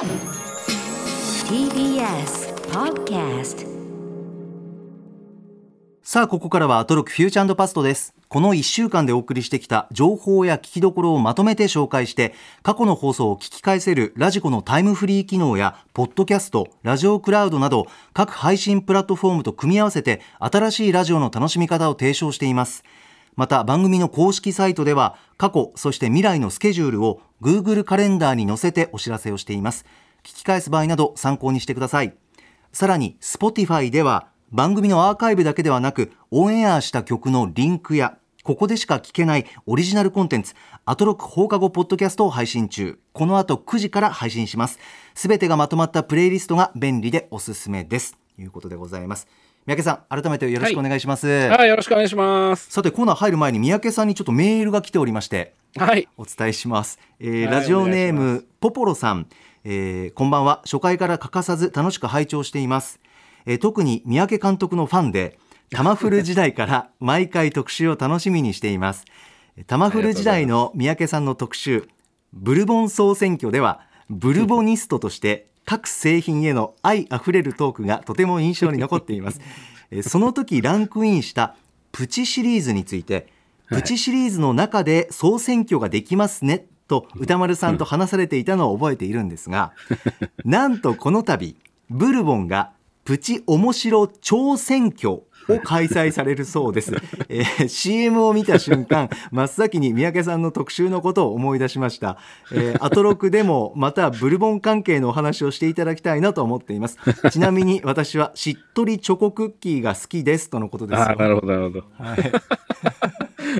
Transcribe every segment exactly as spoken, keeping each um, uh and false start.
ティービーエス Podcast。 さあ、ここからはアトロクフューチャー&パストです。このいっしゅうかんでお送りしてきた情報や聞きどころをまとめて紹介して、過去の放送を聞き返せるラジコのタイムフリー機能やポッドキャスト、ラジオクラウドなど各配信プラットフォームと組み合わせて新しいラジオの楽しみ方を提唱しています。また番組の公式サイトでは過去そして未来のスケジュールを Google カレンダーに載せてお知らせをしています。聞き返す場合など参考にしてください。さらに Spotify では番組のアーカイブだけではなくオンエアした曲のリンクやここでしか聞けないオリジナルコンテンツアトロック放課後ポッドキャストを配信中。この後くじから配信します。すべてがまとまったプレイリストが便利でおすすめですということでございます。三宅さん、改めてよろしくお願いします。 はい、はい、よろしくお願いします。 さて、コーナー入る前に三宅さんにちょっとメールが来ておりまして、 はい、 お伝えします。えーはい、 ラジオネームポポロさん、えーこんばんは。初回から欠かさず楽しく拝聴しています。えー特に三宅監督のファンでタマフル時代から毎回特集を楽しみにしています。タマフル時代の三宅さんの特集ブルボン総選挙ではブルボニストとして各製品への愛あふれるトークがとても印象に残っています。えその時ランクインしたプチシリーズについて、プチシリーズの中で総選挙ができますねと歌丸さんと話されていたのを覚えているんですが、なんとこの度ブルボンがプチ面白超選挙を開催されるそうです。えー、シーエム を見た瞬間真っ先に三宅さんの特集のことを思い出しました。えー、アトロクでもまたブルボン関係のお話をしていただきたいなと思っています。ちなみに私はしっとりチョコクッキーが好きですとのことですよ。 あ、なるほどなるほど、はい、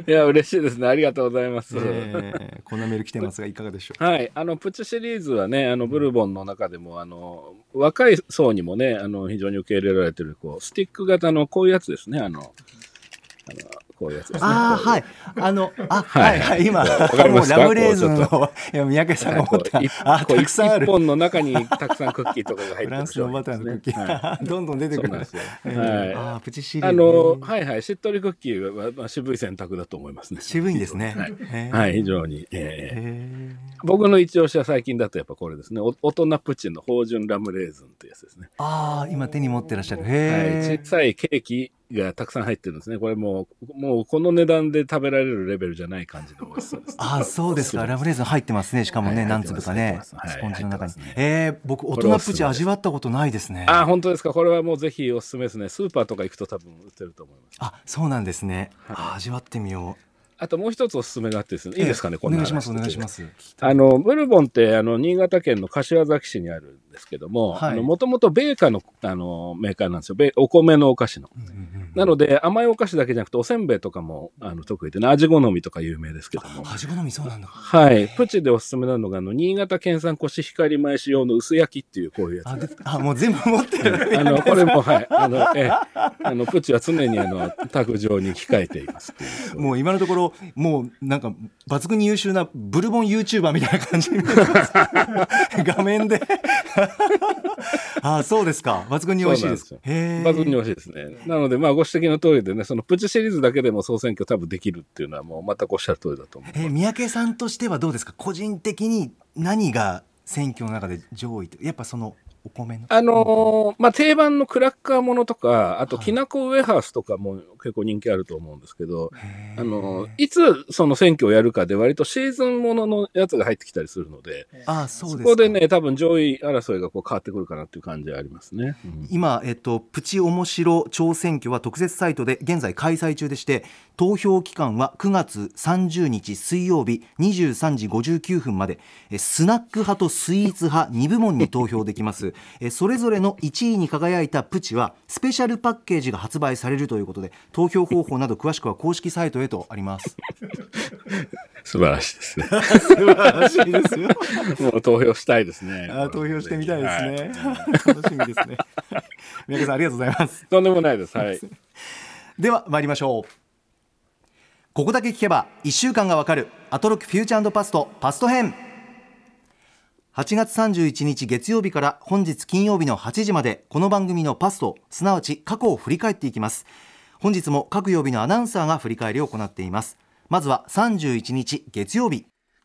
いや嬉しいですね、ありがとうございます。 えー、こんなメール来てますがいかがでしょう。 はい、あのプチシリーズはね、あのブルボンの中でもあの若い層にもね、あの非常に受け入れられてるこうスティック型のこういうやつですね。あのあのこういうやつですね。 ああ、はい。あの、あ、 ははい、はい、今、もうラムレーズンを、いや、三宅さんが持った、あ、たくさんある。 一本の中にたくさんクッキーとかが入ってる、 フランスのバターのクッキー、はい、どんどん出てくる。そうなんですよ。 えー、 はい、あ、プチシリーズ。 あの、はいはい、しっとりクッキーは、まあ、渋い選択だと思いますね。 渋いんですね。 はい、はい、非常に。えー、僕の一押しは最近だとやっぱこれですね。お大人プチの芳醇ラムレーズンというやつですね。 ああ、今手に持ってらっしゃる。へはい、小さいケーキがたくさん入ってるんですね。これもう、もうこの値段で食べられるレベルじゃない感じの美味しさです、ね。 ああ、そうですか。ラムレーズン入ってますね。しかもね、はい、何粒かね、スポンジの中に。ね、えー、僕、大人プチ味わったことないですね。 あ、本当ですか。これはもうぜひおすすめですね。スーパーとか行くと多分売ってると思います。 あ、そうなんですね。はい、味わってみよう。 あともう一つおすすめがあってですね、いいですかね、 えー、お願いします、お願いします。 あの、ブルボンって、あの、新潟県の柏崎市にあるんですけども、はい、あの、もともと米菓の、あの、メーカーなんですよ。米、お米のお菓子の。うんうんうん、なので、甘いお菓子だけじゃなくて、おせんべいとかも、あの、得意でね、味好みとか有名ですけども。 味好みそうなんだ。 はい。プチでおすすめなのが、あの、新潟県産コシヒカリ米使用の薄焼きっていう、こういうやつ。 あ、あもう全部持ってる。 あの、これも、はい。あの、え、あの、プチは常に、あの、卓上に控えていますっていう。 もう今のところ、もう、なんか抜群に優秀なブルボン YouTuber みたいな感じに見えます画面であ、そうですか。抜群に美味しいです。 へー、抜群に美味しいですね。なのでまあご指摘の通りでね、そのプチシリーズだけでも総選挙多分できるっていうのはもう全くおっしゃる通りだと思う。 えー、三宅さんとしてはどうですか。個人的に何が選挙の中で上位と、やっぱそのお米の、 あのー、まあ定番のクラッカーものとか、あときなこウェハースとかも結構人気あると思うんですけど、あのー、いつその選挙をやるかで割とシーズンもののやつが入ってきたりするので、 あ、そうですか。 そこでね、多分上位争いがこう変わってくるかなっていう感じはありますね。うん、 今、えっと、プチ面白超選挙は特設サイトで現在開催中でして、投票期間はくがつさんじゅうにち水曜日にじゅうさんじごじゅうきゅうふんまで、スナック派とスイーツ派にぶもんに投票できますそれぞれのいちいに輝いたプチはスペシャルパッケージが発売されるということで、投票方法など詳しくは公式サイトへとあります素晴らしいですね素晴らしいですよもう投票したいですね。 あ、投票してみたいですね、はい、楽しみですね三宅さんありがとうございます。 とんでもないです、はい、 では参りましょう。ここだけ聞けばいっしゅうかんがわかるアトロックフューチャー&パストパスト編。はちがつさんじゅういちにち月曜日から本日金曜日のはちじまで、この番組のパスト、すなわち過去を振り返っていきます。本日も各曜日のアナウンサーが振り返りを行っています。まずはさんじゅういちにち月曜日。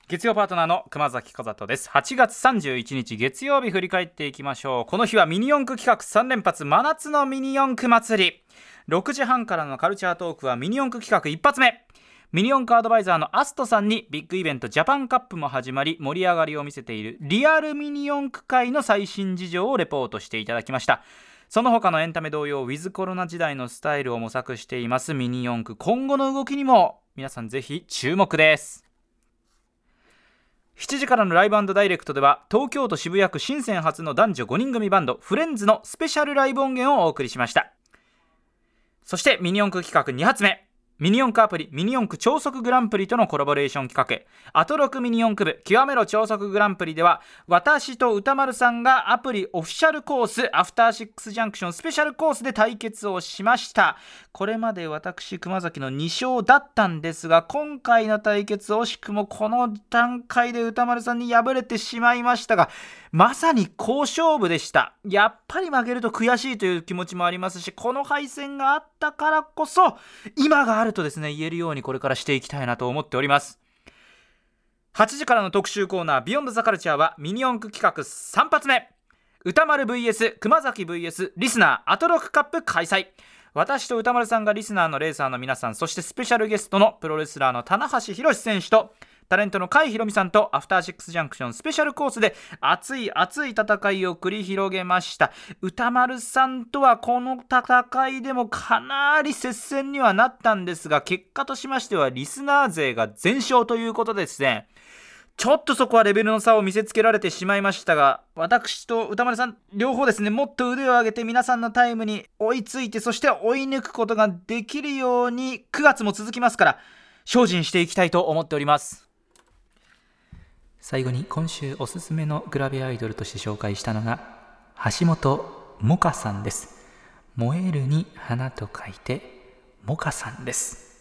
月曜パートナーの熊崎和人です。はちがつさんじゅういちにち月曜日振り返っていきましょう。この日はミニ四駆企画さん連発、真夏のミニ四駆祭り。ろくじはんからのカルチャートークはミニ四駆企画一発目。ミニ四駆アドバイザーのアストさんにビッグイベントジャパンカップも始まり、盛り上がりを見せているリアルミニ四駆界の最新事情をレポートしていただきました。その他のエンタメ同様、ウィズコロナ時代のスタイルを模索していますミニ四駆、今後の動きにも皆さんぜひ注目です。しちじからのライブ&ダイレクトでは、東京都渋谷区深セン初の男女ごにん組バンドフレンズのスペシャルライブ音源をお送りしました。そしてミニ四駆企画に発目、ミニ四駆アプリミニ四駆超速グランプリとのコラボレーション企画、アトロクミニ四駆部極めろ超速グランプリでは、私と歌丸さんがアプリオフィシャルコースアフターシックスジャンクションスペシャルコースで対決をしました。これまで私熊崎のに勝だったんですが、今回の対決惜しくもこの段階で歌丸さんに敗れてしまいましたが、まさに好勝負でした。やっぱり負けると悔しいという気持ちもありますし、この敗戦があったからこそ今があるとですね、言えるようにこれからしていきたいなと思っております。はちじからの特集コーナービヨンドザカルチャーはミニ四駆企画さん発目、歌丸 ブイエス 熊崎 ブイエス リスナーアトロクカップ開催。私と歌丸さんがリスナーのレーサーの皆さん、そしてスペシャルゲストのプロレスラーの棚橋宏選手とタレントの甲斐ひろみさんとアフターシックスジャンクションスペシャルコースで熱い熱い戦いを繰り広げました。歌丸さんとはこの戦いでもかなり接戦にはなったんですが、結果としましてはリスナー勢が全勝ということですね。ちょっとそこはレベルの差を見せつけられてしまいましたが、私と歌丸さん両方ですね、もっと腕を上げて皆さんのタイムに追いついて、そして追い抜くことができるようにくがつも続きますから精進していきたいと思っております。最後に今週おすすめのグラビアアイドルとして紹介したのが橋本モカさんです。燃えるに花と書いてモカさんです。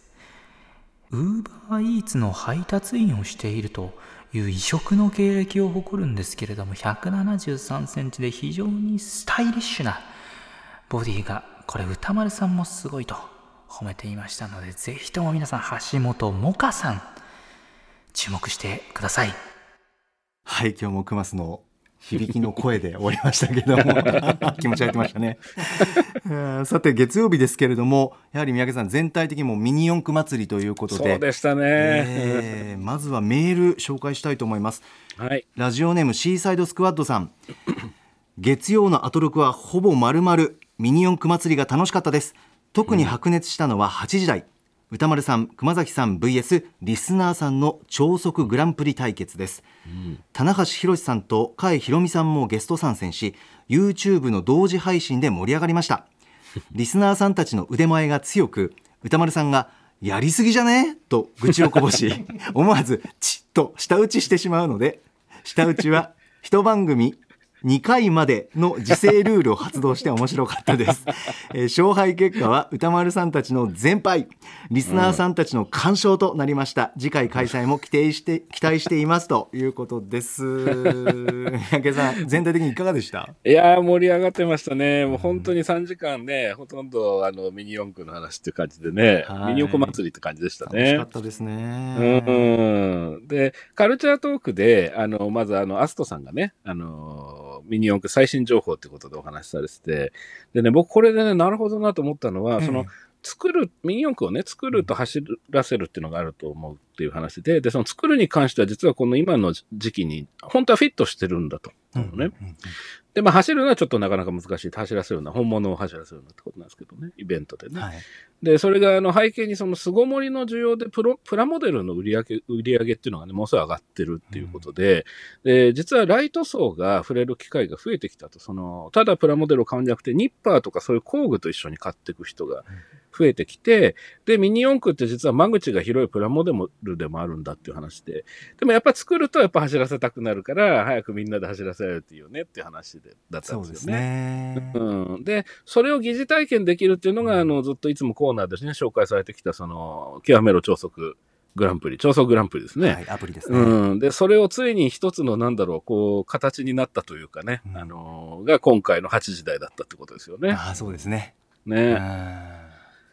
ウーバーイーツの配達員をしているという異色の経歴を誇るんですけれども、ひゃくななじゅうさんセンチで非常にスタイリッシュなボディが、これ歌丸さんもすごいと褒めていましたので、ぜひとも皆さん橋本モカさん注目してください。 はい、今日もクマスの響きの声で終わりましたけども気持ち入ってましたねさて月曜日ですけれども、やはり三宅さん全体的にもミニ四駆祭りということで、 そうでしたね、 えー、まずはメール紹介したいと思います、 はい、 ラジオネームシーサイドスクワッドさん月曜のアトロクはほぼ丸々ミニ四駆祭りが楽しかったです。特に白熱したのははちじ台、歌丸さん熊崎さん ブイエス リスナーさんの超速グランプリ対決です、うん、棚橋宏さんと甲斐ひろみさんもゲスト参戦し YouTube の同時配信で盛り上がりましたリスナーさんたちの腕前が強く、歌丸さんがやりすぎじゃねと愚痴をこぼし思わずチッと舌打ちしてしまうので、舌打ちは一番組にかいまでの時制ルールを発動して面白かったです、えー、勝敗結果は歌丸さんたちの全敗、リスナーさんたちの完勝となりました。次回開催も期待して期待していますということです三宅さん全体的にいかがでした？ いやー盛り上がってましたね。もう本当にさんじかんね、ほとんどあのミニ四駆の話っていう感じでね、ミニ四駆祭りって感じでしたね。 楽しかったですね。 うんでカルチャートークであのまずあのアストさんがね、あのミニ四駆最新情報ってことでお話しされてて、でね、僕これでね、なるほどなと思ったのは、うん、その作るミニ四駆をね作ると走らせるっていうのがあると思うっていう話で、でその作るに関しては実はこの今の時期に本当はフィットしてるんだと思うのね。うんうんうん、でまあ走るのはちょっとなかなか難しい、走らせるのは本物を走らせるのってことなんですけどね、イベントでね。はい、でそれがあの背景にその巣ごもりの需要でプロプラモデルの売り上げ売り上げっていうのがねものすごい上がってるっていうことで、うん、で実はライト層が触れる機会が増えてきたと。そのただプラモデルを買うんじゃなくてニッパーとかそういう工具と一緒に買っていく人が増えてきて、でミニ四駆って実は間口が広いプラモデルでもあるんだっていう話で、でもやっぱ作るとやっぱ走らせたくなるから早くみんなで走らせられるっていうよねっていう話でだったんですよね。そうですね。うん、でそれを疑似体験できるっていうのが、うん、あのずっといつもコーナーで、ね、紹介されてきたその極めろ超速グランプリ、超速グランプリですね。はい、 アプリですね。 うん、でそれをついに一つのなんだろうこう形になったというかね、うん、あのが今回のはちじ台だったってことですよね。 ああそうですね。 ね。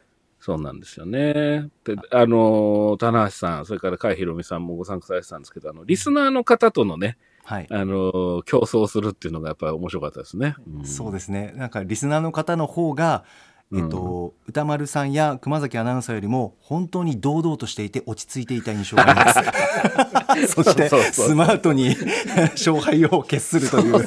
そうなんですよね。で、あの、棚橋さん、それから甲斐ひろみさんもご参加されてたんですけど、あの、リスナーの方とのね、はい、あの、競争するっていうのがやっぱり面白かったですね。 うん、そうですね。なんかリスナーの方の方が、えっと、うん、歌丸さんや熊崎アナウンサーよりも本当に堂々としていて落ち着いていた印象がありますそしてスマートに勝敗を決するという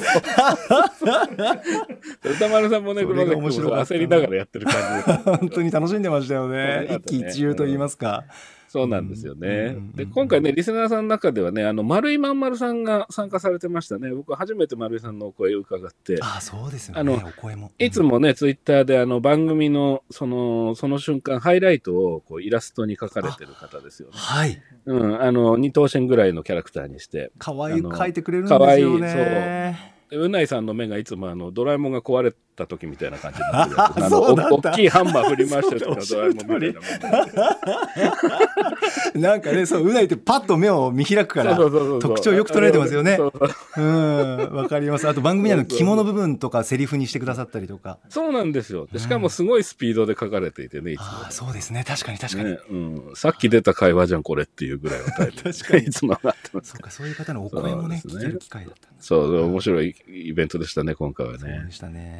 歌丸さんもね、熊崎君も焦りながらやってる感じ本当に楽しんでましたよね。一喜一憂と言いますか、 そうなんですよね。うんうんうんうん、で今回ね、リスナーさんの中ではね、あの丸井まんまるさんが参加されてましたね。僕は初めて丸井さんのお声を伺って、 あ、そうですよね、 あのお声も、 いつもね、ツイッターであの番組のそのその瞬間ハイライトをこうイラストに描かれてる方ですよね。 はい。 うん、あの二等身ぐらいのキャラクターにして、 可愛い描いてくれるんですよね。可愛い、 そう。うないさんの目がいつもあのドラえもんが壊れた時みたいな感じになってるやつ。あの大きいハンマー振り回してる時のドラえもんみたいななんかね、そう、うないってパッと目を見開くから特徴よく捉えてますよね。うん、わかります。あと番組内の肝の部分とかセリフにしてくださったりとか。 そうなんですよ。でしかもすごいスピードで書かれていてね、いつも。 あ、そうですね、確かに確かに、 ね、うん、さっき出た会話じゃんこれっていうぐらいのタイプ確かにいつも上がってます。 そうか、そういう方のお声もね、聞ける機会だったんです。 そう、面白いイベントでしたね、今回はね。 そうでしたね。 うん、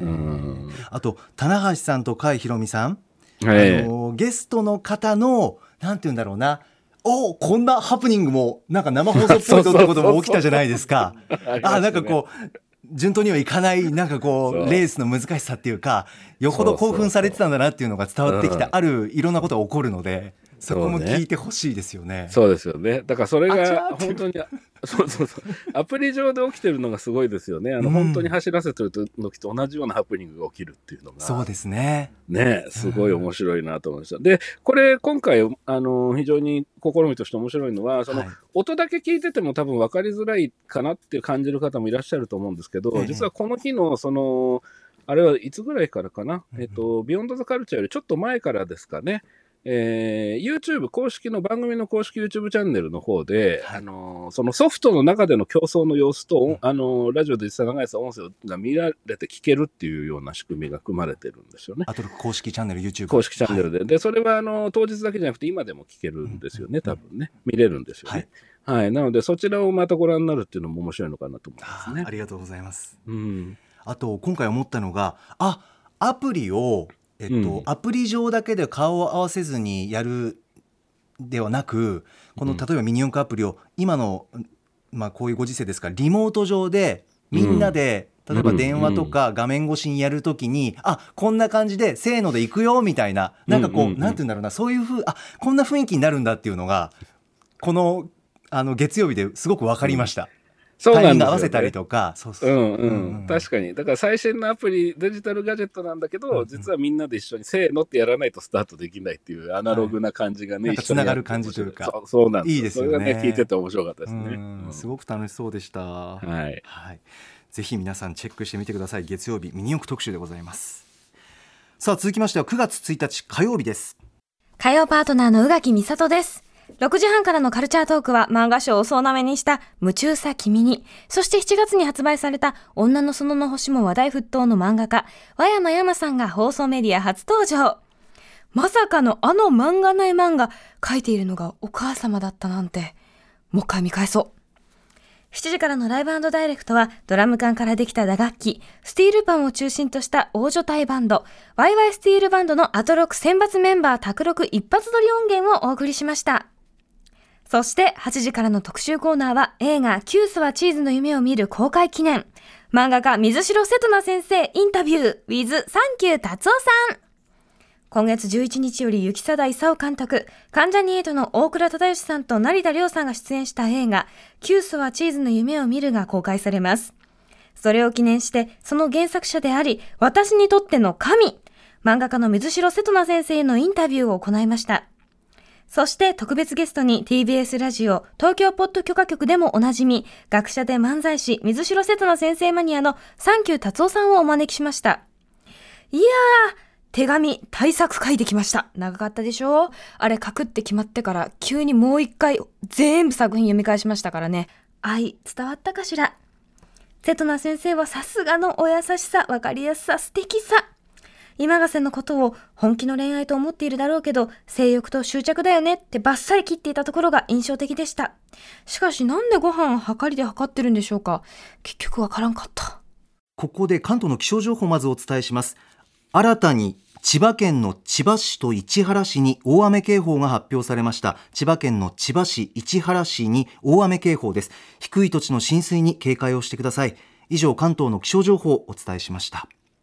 あと棚橋さんと甲斐ひろみさん、 はい、 あのゲストの方のなんて言うんだろうな、お、こんなハプニングもなんか生放送っぽいぞってことも起きたじゃないですか。あ、なんかこう順当にはいかないなんかこうレースの難しさっていうか、よほど興奮されてたんだなっていうのが伝わってきた、あるいろんなことが起こるので、そこも聞いてほしいですよね。 そうですよね。だからそれが本当にそうそうそう、アプリ上で起きてるのがすごいですよね。あの、うん、本当に走らせてる時と同じようなハプニングが起きるっていうのが、 そうですね。 ね、すごい面白いなと思いました。うん、で、これ今回あの非常に試みとして面白いのは、その、はい、音だけ聞いてても多分分かりづらいかなって感じる方もいらっしゃると思うんですけど、ええ、実はこの日のそのあれはいつぐらいからかな、うん、えっとビヨンドザカルチャーよりちょっと前からですかね。えー、YouTube 公式の番組の公式 YouTube チャンネルの方で、はい、あのそのソフトの中での競争の様子と、うん、あのラジオで実際流れた音声が見られて聞けるっていうような仕組みが組まれてるんですよね。 アトロク公式チャンネル YouTube 公式チャンネルで、はい、でそれはあの当日だけじゃなくて今でも聞けるんですよね、うん、多分ね、見れるんですよね。はいはい、なのでそちらをまたご覧になるっていうのも面白いのかなと思いますね。 あ, ありがとうございます。 うん、 あと今回思ったのが、あ、アプリをえっとうん、アプリ上だけで顔を合わせずにやるではなく、この例えばミニ四駆アプリを今の、まあ、こういうご時世ですからリモート上でみんなで、うん、例えば電話とか画面越しにやるときに、うん、あ、こんな感じでせーので行くよみたいな、なんかこう、うんうんうん、なんていうんだろうな、そういうふう、あ、こんな雰囲気になるんだっていうのがこの、あの月曜日ですごく分かりました。うん、 そうなんですよね、 タイミング合わせたりとか、そうそう、 うんうんうん、確かに。だから最新のアプリ、デジタルガジェットなんだけど、うんうん、実はみんなで一緒にせーのってやらないとスタートできないっていうアナログな感じがね、 はい、なんかつながる感じというか、 そう、そうなんです。 いいですよね。 それがね、聞いてて面白かったですね。 うんうん、すごく楽しそうでした。 はい、 はい、ぜひ皆さんチェックしてみてください。月曜日ミニ四駆特集でございます。さあ続きましてはくがつついたち火曜日です。 火曜パートナーの宇垣美里です。ろくじはんからのカルチャートークは漫画賞を総なめにした夢中さ君に、そしてしちがつに発売された女の園の星も話題沸騰の漫画家和山やまさんが放送メディア初登場。まさかのあの漫画内漫画描いているのがお母様だったなんて、もう一回見返そう。しちじからのライブ&ダイレクトはドラム缶からできた打楽器スティールパンを中心とした大所帯バンドワイワイスティールバンドのアトロク選抜メンバー卓録一発撮り音源をお送りしました。そしてはちじからの特集コーナーは映画キュースはチーズの夢を見る公開記念、漫画家水城瀬戸那先生インタビュー with サンキュー達夫さん。今月じゅういちにちより雪貞勲監督、関ジャニエイトの大倉忠義さんと成田凌さんが出演した映画キュースはチーズの夢を見るが公開されます。それを記念してその原作者であり私にとっての神、漫画家の水城瀬戸那先生へのインタビューを行いました。そして特別ゲストに ティービーエス ラジオ東京ポッド許可局でもおなじみ学者で漫才師水城瀬戸那先生マニアのサンキュー達夫さんをお招きしました。いやー、手紙対策書いてきました。長かったでしょ。あれ書くって決まってから急にもう一回全部作品読み返しましたからね。愛伝わったかしら。瀬戸那先生はさすがのお優しさ、わかりやすさ、素敵さ。 今がせのことを本気の恋愛と思っているだろうけど、性欲と執着だよねってバッサリ切っていたところが印象的でした。しかしなんでご飯はかりで測ってるんでしょうか。結局わからんかった。 ここで関東の気象情報をまずお伝えします。新たに千葉県の千葉市と市原市に大雨警報が発表されました。千葉県の千葉市、市原市に大雨警報です。低い土地の浸水に警戒をしてください。以上、関東の気象情報をお伝えしました。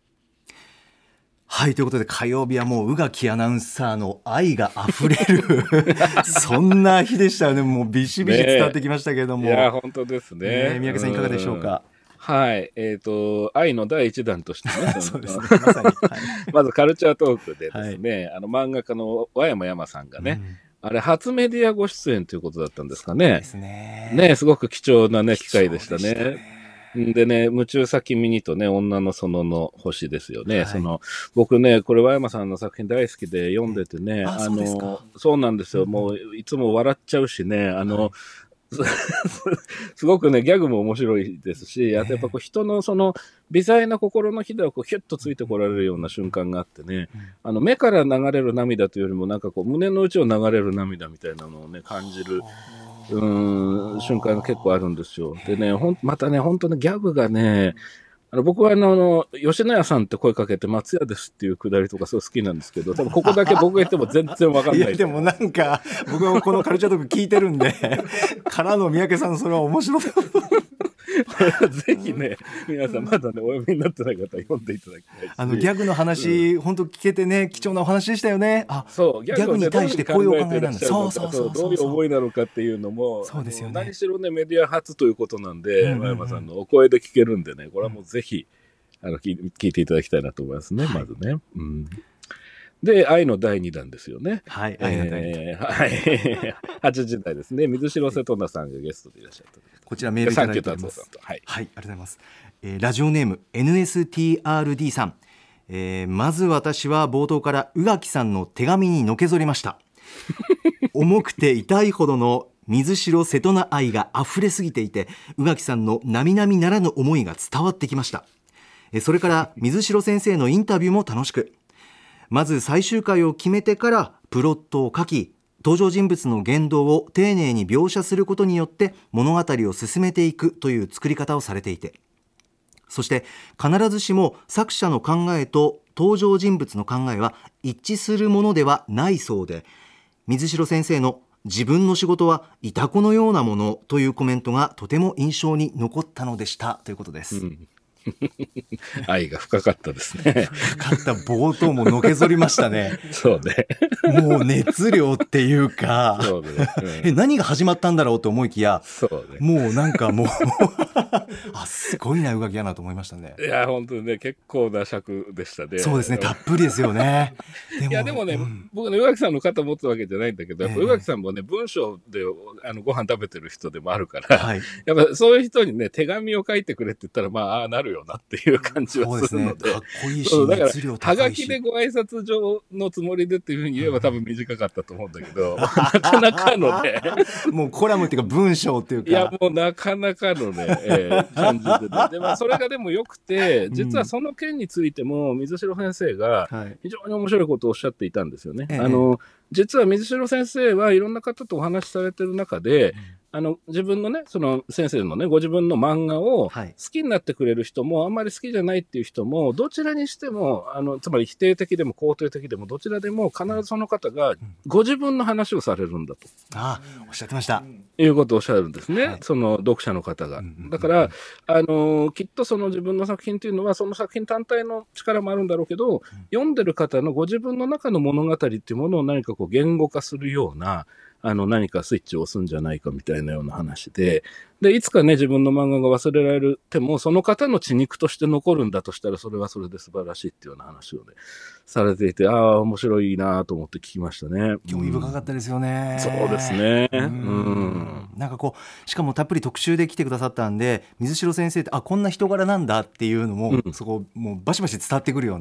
はい、ということで火曜日はもう宇垣アナウンサーの愛があふれるそんな日でしたよね。もうビシビシ伝わってきましたけれども、 ね、いや本当ですね。 ね、三宅さんいかがでしょうか。 はい、えーと、愛のだいいちだんとしてねそうですね、まさに、はい、 まずカルチャートークでですね、はい、あの漫画家の和山山さんがね、うん、あれ初メディアご出演ということだったんですかね。そうですね。ね、すごく貴重な、ね、機会でしたね。でね、夢中さ君にとね、女の園の星ですよね。はい、その僕ね、これ和山さんの作品大好きで読んでてね、ああのそう、そうなんですよ、うん、もういつも笑っちゃうしね、あの、はいすごくねギャグも面白いですし、あとやっぱこう人のその微細な心のひだをこうヒュッとついてこられるような瞬間があってね、あの目から流れる涙というよりもなんかこう胸の内を流れる涙みたいなのをね感じるうーん瞬間が結構あるんですよ。でね、ほんまたね本当にギャグがね、あの僕はあの、あの吉野家さんって声かけて松屋ですっていうくだりとかすごい好きなんですけど、多分ここだけ僕が言っても全然わかんない。 いやでもなんか僕はこのカルチャートーク聞いてるんでからの三宅さんそれは面白いぜひね皆さんまだねお読みになってない方は読んでいただきたいです。 あのギャグの話、うん、本当聞けてね貴重なお話でしたよね。あ、 そうギャグに対してこういうお考えなんだ。 そうそうそうどういう思いなのかっていうのも、 そうですよね。 何しろねメディア初ということなんで、和山さんのお声で聞けるんでね、これはもうぜひあの 聞, 聞いていただきたいなと思いますね、はい、まずね、うん、で愛のだいにだんですよね。 はい、愛のだいにだん、 えー、はいはちじ台ですね。水城瀬戸奈さんがゲストでいらっしゃった。 こちらメールいただいております。はい、はい、ありがとうございます。えー、ラジオネーム エヌエスティーアールディー さん、えー、まず私は冒頭から宇垣さんの手紙にのけぞりました重くて痛いほどの水城瀬戸奈愛が溢れすぎていて、宇垣さんの並々ならぬ思いが伝わってきました。それから水城先生のインタビューも楽しく、まず最終回を決めてからプロットを書き、登場人物の言動を丁寧に描写することによって物語を進めていくという作り方をされていて、そして必ずしも作者の考えと登場人物の考えは一致するものではないそうで、水城先生の自分の仕事はイタコのようなものというコメントがとても印象に残ったのでしたということです。うん、 愛が深かったですね。 深かった。冒頭ものけぞりましたね。 そうね。 もう熱量っていうか、そうね、うん、え何が始まったんだろうと思いきや、そうね、もうなんかもうあすごいな宇垣やなと思いましたね。 いや本当にね結構な尺でしたね。 そうですね、たっぷりですよね。 でもいやでもね、うん、僕ね宇垣さんの肩持つわけじゃないんだけど、やっぱ宇垣さんもね文章であのご飯食べてる人でもあるから、はい、やっぱそういう人にね手紙を書いてくれって言ったらまあああなるよなっていう感じはするので、 そうですね、かっこいいし熱量高いし、 はがきでご挨拶状のつもりでっていうふうに言えば多分短かったと思うんだけど、なかなかのねもうコラムっていうか文章っていうか、 いやもうなかなかのね、えー、感じでね。で、まあ、それがでもよくて、実はその件についても水城先生が非常に面白いことをおっしゃっていたんですよね。はい、あの実は水城先生はいろんな方とお話しされてる中で、うんあの自分のねその先生のねご自分の漫画を好きになってくれる人も、はい、あんまり好きじゃないっていう人もどちらにしてもあのつまり否定的でも肯定的でもどちらでも必ずその方がご自分の話をされるんだと、 うん、ああおっしゃってました、 いうことをおっしゃるんですね、はい、その読者の方が。だからあのきっとその自分の作品っていうのはその作品単体の力もあるんだろうけど、うん、読んでる方のご自分の中の物語っていうものを何かこう言語化するようなあの何かスイッチを押すんじゃないかみたいなような話で、でいつかね自分の漫画が忘れられてもその方の血肉として残るんだとしたらそれはそれで素晴らしいっていうような話をねされていて、ああ面白いなと思って聞きましたね。 興味深かったですよね、 うん、そうですね、うん、 うんなんかこうしかもたっぷり特集で来てくださったんで、水城先生ってあこんな人柄なんだっていうのも、うん、そこもうバシバシ伝わってくるような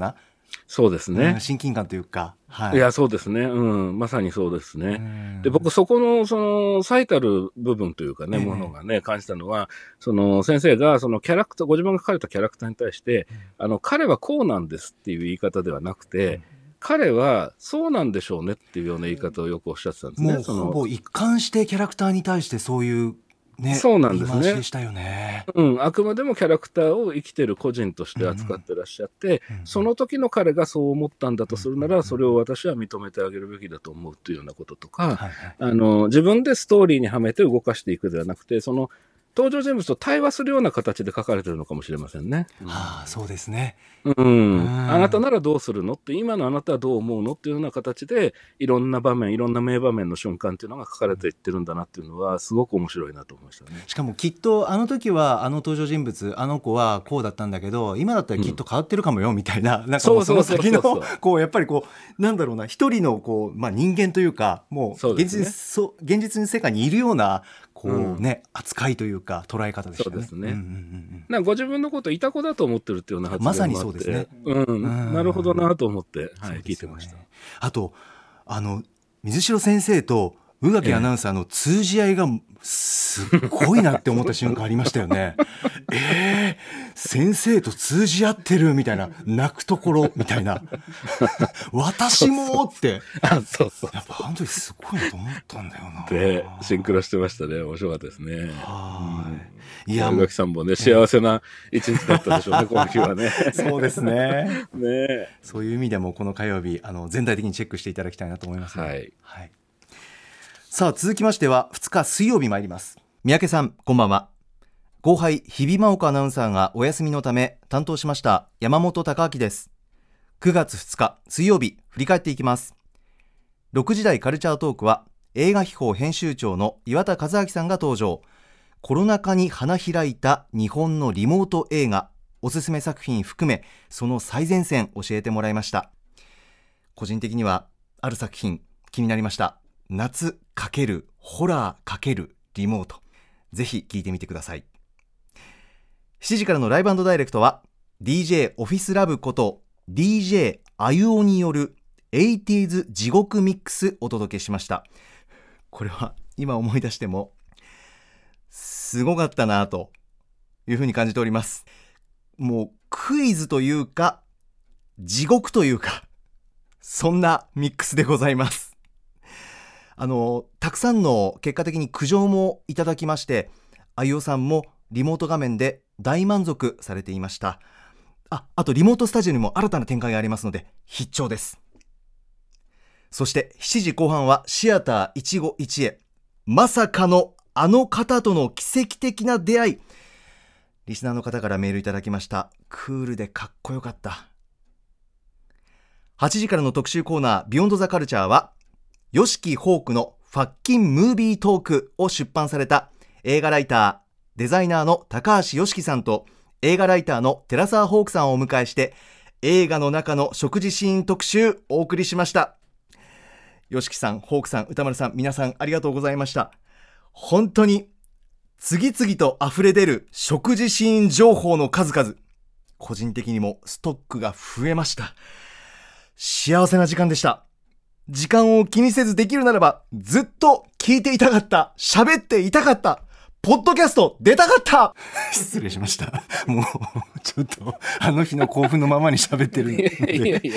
そうですね、 うん、親近感というか、はい、 いやそうですね、うん、まさにそうですね。で僕そこのその最たる部分というかね、えー、ものがね感じたのは、その先生がそのキャラクターご自分が書かれたキャラクターに対して、うん、あの彼はこうなんですっていう言い方ではなくて、うん、彼はそうなんでしょうねっていうような言い方をよくおっしゃってたんですね。 もうほぼ一貫してキャラクターに対してそういうね、 そうなんですね。 言い回しでしたよね。 うん、あくまでもキャラクターを生きてる個人として扱ってらっしゃって、うんうん、その時の彼がそう思ったんだとするなら、それを私は認めてあげるべきだと思うというようなこととか、はいはい、あの自分でストーリーにはめて動かしていくではなくて、その登場人物と対話するような形で書かれてるのかもしれませんね。 うん、はあ、そうですね。 うん、あなたならどうするのって、今のあなたはどう思うのっていうような形で、いろんな場面、いろんな名場面の瞬間っていうのが書かれていってるんだなっていうのは、すごく面白いなと思いましたね。 しかもきっとあの時はあの登場人物、あの子はこうだったんだけど、今だったらきっと変わってるかもよみたいな、うん、なんかもうその先のこうやっぱりこうなんだろうな、一人のこう、まあ、人間というか、もう現実に、そう、現実の世界にいるようなこうね、うん、扱いというか捉え方でしたね。 そうですね。うんうんうん、なんかご自分のこといた子だと思ってるっていうような発言もあって、 まさにそうですね。 うんうん、なるほどなと思って、はい、聞いてました。 あとあの水城先生と宇垣アナウンサーの通じ合いがすっごいなって思った瞬間ありましたよね。えー、先生と通じ合ってるみたいな、泣くところみたいな私もってあ、そうそう、 やっぱあの時すごいなと思ったんだよな。 でシンクロしてましたね。面白かったですね。 はい、 うん、いや宇垣さんもね幸せな一日だったでしょうね、今週はね。 そうですね。 ね、 そういう意味でもこの火曜日、あの全体的にチェックしていただきたいなと思います、ね。 はい、 はい。さあ続きましてはふつか水曜日参ります。三宅さんこんばんは。後輩日比真央子アナウンサーがお休みのため担当しました山本貴明です。くがつふつか水曜日、振り返っていきます。ろくじ台カルチャートークは映画秘宝編集長の岩田和明さんが登場。コロナ禍に花開いた日本のリモート映画、おすすめ作品含めその最前線教えてもらいました。個人的にはある作品気になりました。夏×ホラー×リモート、ぜひ聞いてみてください。しちじからのライブ&ダイレクトは ディージェー オフィスラブこと ディージェー あゆおによるエイティーズ地獄ミックスお届けしました。これは今思い出してもすごかったなというふうに感じております。もうクイズというか地獄というか、そんなミックスでございます。あのたくさんの結果的に苦情もいただきまして、あゆおさんもリモート画面で大満足されていました。あ、あとリモートスタジオにも新たな展開がありますので必聴です。そしてしちじこう半はシアター一期一会、まさかのあの方との奇跡的な出会い。リスナーの方からメールいただきました。クールでかっこよかった。はちじからの特集コーナービヨンドザカルチャーはヨシキホークのファッキンムービートークを出版された映画ライターデザイナーの高橋良樹さんと映画ライターの寺澤ホークさんをお迎えして映画の中の食事シーン特集お送りしました。良樹さん、ホークさん、歌丸さん、皆さんありがとうございました。本当に次々と溢れ出る食事シーン情報の数々、個人的にもストックが増えました。幸せな時間でした。時間を気にせずできるならばずっと聞いていたかった、喋っていたかった、ポッドキャスト出たかった失礼しました。もうちょっとあの日の興奮のままに喋ってるのでいやいやいや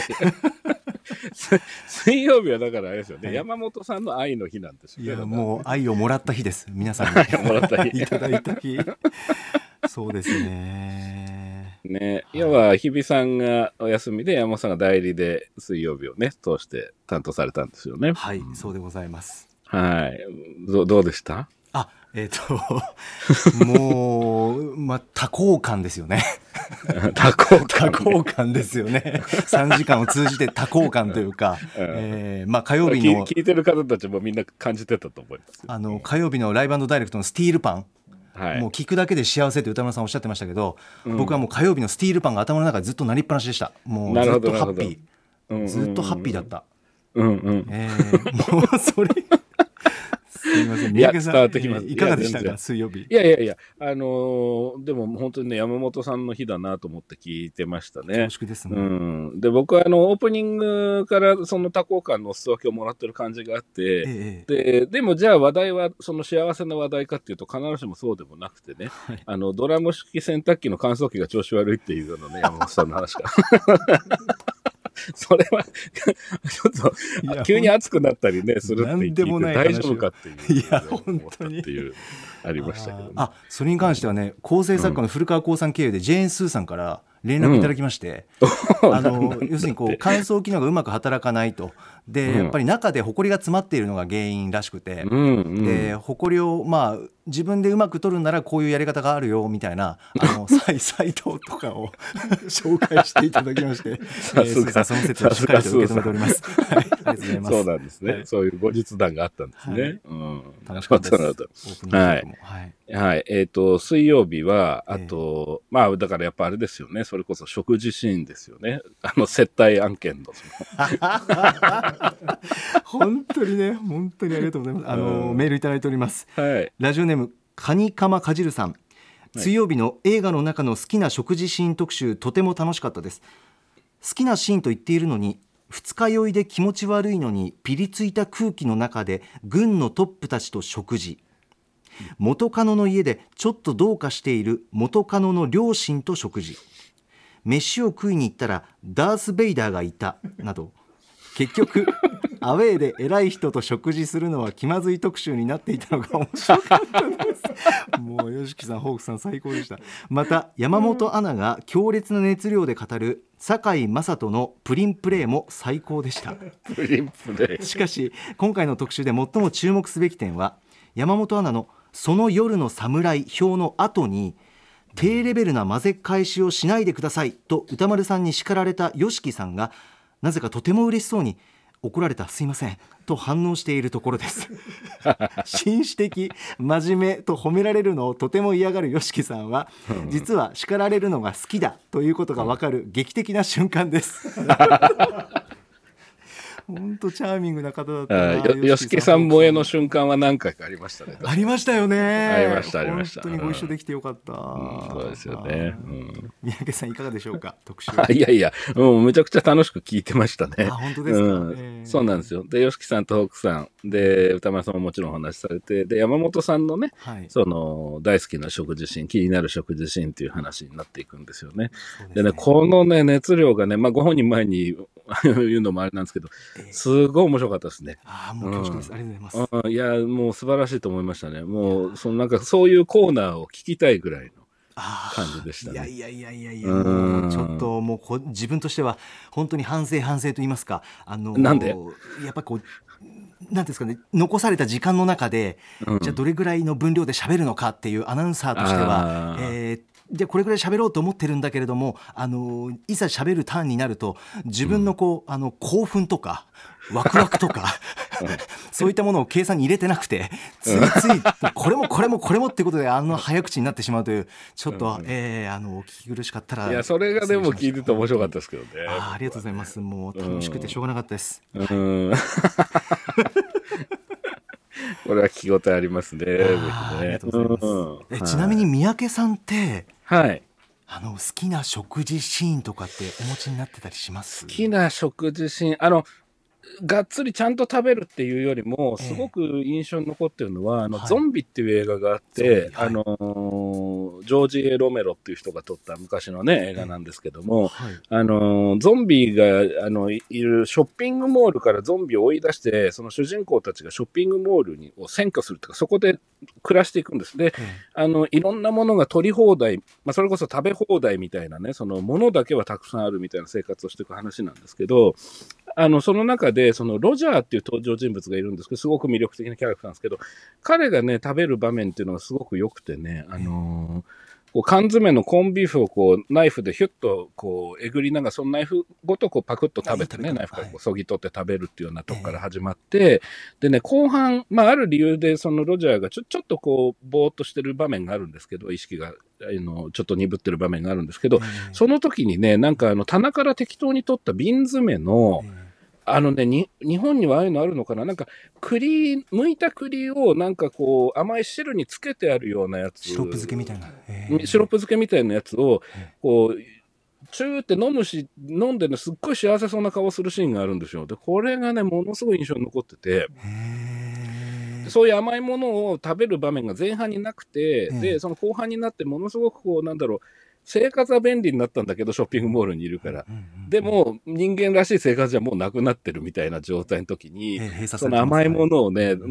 水曜日はだからあれですよね、はい、山本さんの愛の日なんですよね。 いやもう愛をもらった日です。皆さんに愛をもらった日いただいた日そうですね。 ね、要は日比さんがお休みで山本さんが代理で水曜日をね通して担当されたんですよね。 はい、そうでございます。 はい、ど, どうでした？ あ、えっ、ー、ともう、まあ、多幸感ですよね。 多幸感、ね、多幸感ですよね。さんじかんを通じて多幸感というか、うん、えーまあ、火曜日の聞いてる方たちもみんな感じてたと思います。 あの火曜日のライブ&ダイレクトのスティールパン、はい、もう聞くだけで幸せって歌村さんおっしゃってましたけど、うん、僕はもう火曜日のスティールパンが頭の中でずっと鳴りっぱなしでした。もうずっとハッピー、ずっとハッピーだった。 うんうん、 えー、もうそれすみません。 いや、伝わってきます。 いかがでしたか、水曜日。 いやいやいや、あのー、でも本当にね、山本さんの日だなと思って聞いてましたね。 恐縮ですね。 うん。で、僕はあの、オープニングからその多幸感のお裾分けをもらってる感じがあって、ええ、で、でもじゃあ話題は、その幸せな話題かっていうと必ずしもそうでもなくてね、はい、あの、ドラム式洗濯機の乾燥機が調子悪いっていうのね、山本さんの話が。それはちょっと急に暑くなったりねするって聞いて大丈夫かっていう、いや本当にっていうありましたけど、ね、 あそれに関してはね、構成作家の古川光さん経由でジェーン・スーさんから連絡いただきまして、うん、あの要するにこう乾燥機能がうまく働かないと、で、うん、やっぱり中でホコリが詰まっているのが原因らしくて、うんうん、でホコリをまあ自分でうまく取るならこういうやり方があるよみたいなあのサイトとかを紹介していただきまして、さすが、えー、その説をしっかりと受け止めております。はい、ありがとうございます。 そうなんですね。はい、そういう後日談があったんですね。はい、うん、 楽しかったです。 はい。はい。えっ、ー、と、水曜日は、あと、えー、まあ、だからやっぱあれですよね。それこそ食事シーンですよね。あの、接待案件の。 本当にね、本当にありがとうございます。あの、うん、メールいただいております。 はい。 ラジオネーム、カニカマかじるさん。水曜日の映画の中の好きな食事シーン特集、とても楽しかったです。好きなシーンと言っているのに、二日酔いで気持ち悪いのにピリついた空気の中で軍のトップたちと食事、元カノの家でちょっとどうかしている元カノの両親と食事、飯を食いに行ったらダース・ベイダーがいたなど、結局アウェーで偉い人と食事するのは気まずい特集になっていたのが面白かったですもう吉木さん、ホークさん最高でした。また山本アナが強烈な熱量で語る堺雅人のプリンプレーも最高でした。 プリンプレー。 しかし今回の特集で最も注目すべき点は、山本アナのその夜の侍表の後に低レベルな混ぜ返しをしないでくださいと歌丸さんに叱られた吉木さんがなぜかとても嬉しそうに、怒られた、すいませんと反応しているところです紳士的、真面目と褒められるのをとても嫌がる吉木さんは、実は叱られるのが好きだということが分かる劇的な瞬間です本当チャーミングな方だったな。 吉木さん萌えの瞬間は何回かありましたね。 ありましたよね。 ありましたありました。 本当にご一緒できてよかった、うんうん、そうですよね、うん、 三宅さんいかがでしょうか、特集。 いやいや、もうめちゃくちゃ楽しく聞いてましたね。 あ、本当ですか、 うんえー、そうなんですよ。で吉木さんとホークさんで歌丸さんももちろんお話しされて、で山本さんのね、はい、その大好きな食事シーン、気になる食事シーンっていう話になっていくんですよね。でね、でね、このね熱量がね、まあ、ご本人前に言うのもあれなんですけど、すごい面白かったですね。 ああ、もう恐縮です、うん、ありがとうございます。いや、もう素晴らしいと思いましたね。もうそのなんかそういうコーナーを聞きたいぐらいの感じでしたね。 いやいやいやいやいや、もうちょっともうこ自分としては本当に反省反省と言いますか、あのなんでやっぱこうなんですかね、残された時間の中で、うん、じゃあどれぐらいの分量で喋るのかっていうアナウンサーとしては、えーでこれぐらい喋ろうと思ってるんだけれども、あのいざ喋るターンになると自分のこう、うん、あの興奮とかワクワクとか、うん、そういったものを計算に入れてなくて、ついついこれもこれもこれもっていうことであの早口になってしまうという、ちょっと、うんえー、あのお聞き苦しかったら、 いやそれがでも聞いてて面白かったですけどね。 あ, ありがとうございます。もう楽しくてしょうがなかったです。 うん、これは聞き応えありますね。 あ, ありがとうございます、うんえちなみに三宅さんって、 はい、 あの好きな食事シーンとかってお持ちになってたりします？ 好きな食事シーン、あのがっつりちゃんと食べるっていうよりもすごく印象に残ってるのは、えー、あのゾンビっていう映画があって、はい、あのー、ジョージ・エロメロっていう人が撮った昔のね映画なんですけども、はい、あのー、ゾンビがあのいるショッピングモールからゾンビを追い出して、その主人公たちがショッピングモールにを占拠するというか、そこで暮らしていくんですで、うん、あのいろんなものが取り放題、まあ、それこそ食べ放題みたいなね、そのものだけはたくさんあるみたいな生活をしていく話なんですけど、あのその中でそのロジャーっていう登場人物がいるんですけど、すごく魅力的なキャラクターなんですけど、彼がね食べる場面っていうのがすごく良くてね、あのー、こう缶詰のコンビーフをこうナイフでヒュッとこうえぐりながら、そのナイフごとこうパクッと食べてね、ナイフからこうそぎ取って食べるっていうようなとこから始まって、でね後半、まあある理由でそのロジャーがちょちょっとこうぼーっとしてる場面があるんですけど、意識があのちょっと鈍ってる場面があるんですけど、その時にねなんかあの棚から適当に取った瓶詰めのあのね、に日本にはああいうのあるのかな、なんか栗、剥いた栗をなんかこう甘い汁につけてあるようなやつ、 シロップ漬けみたいな、 シロップ漬けみたいなやつをこうチューって飲むし、飲んでね、すっごい幸せそうな顔するシーンがあるんですよ。で、これがね、ものすごい印象に残ってて、そういう甘いものを食べる場面が前半になくて、で、その後半になってものすごくこう、なんだろう、生活は便利になったんだけど、ショッピングモールにいるから。でも、人間らしい生活じゃもうなくなってるみたいな状態の時に、その甘いものをね、うん、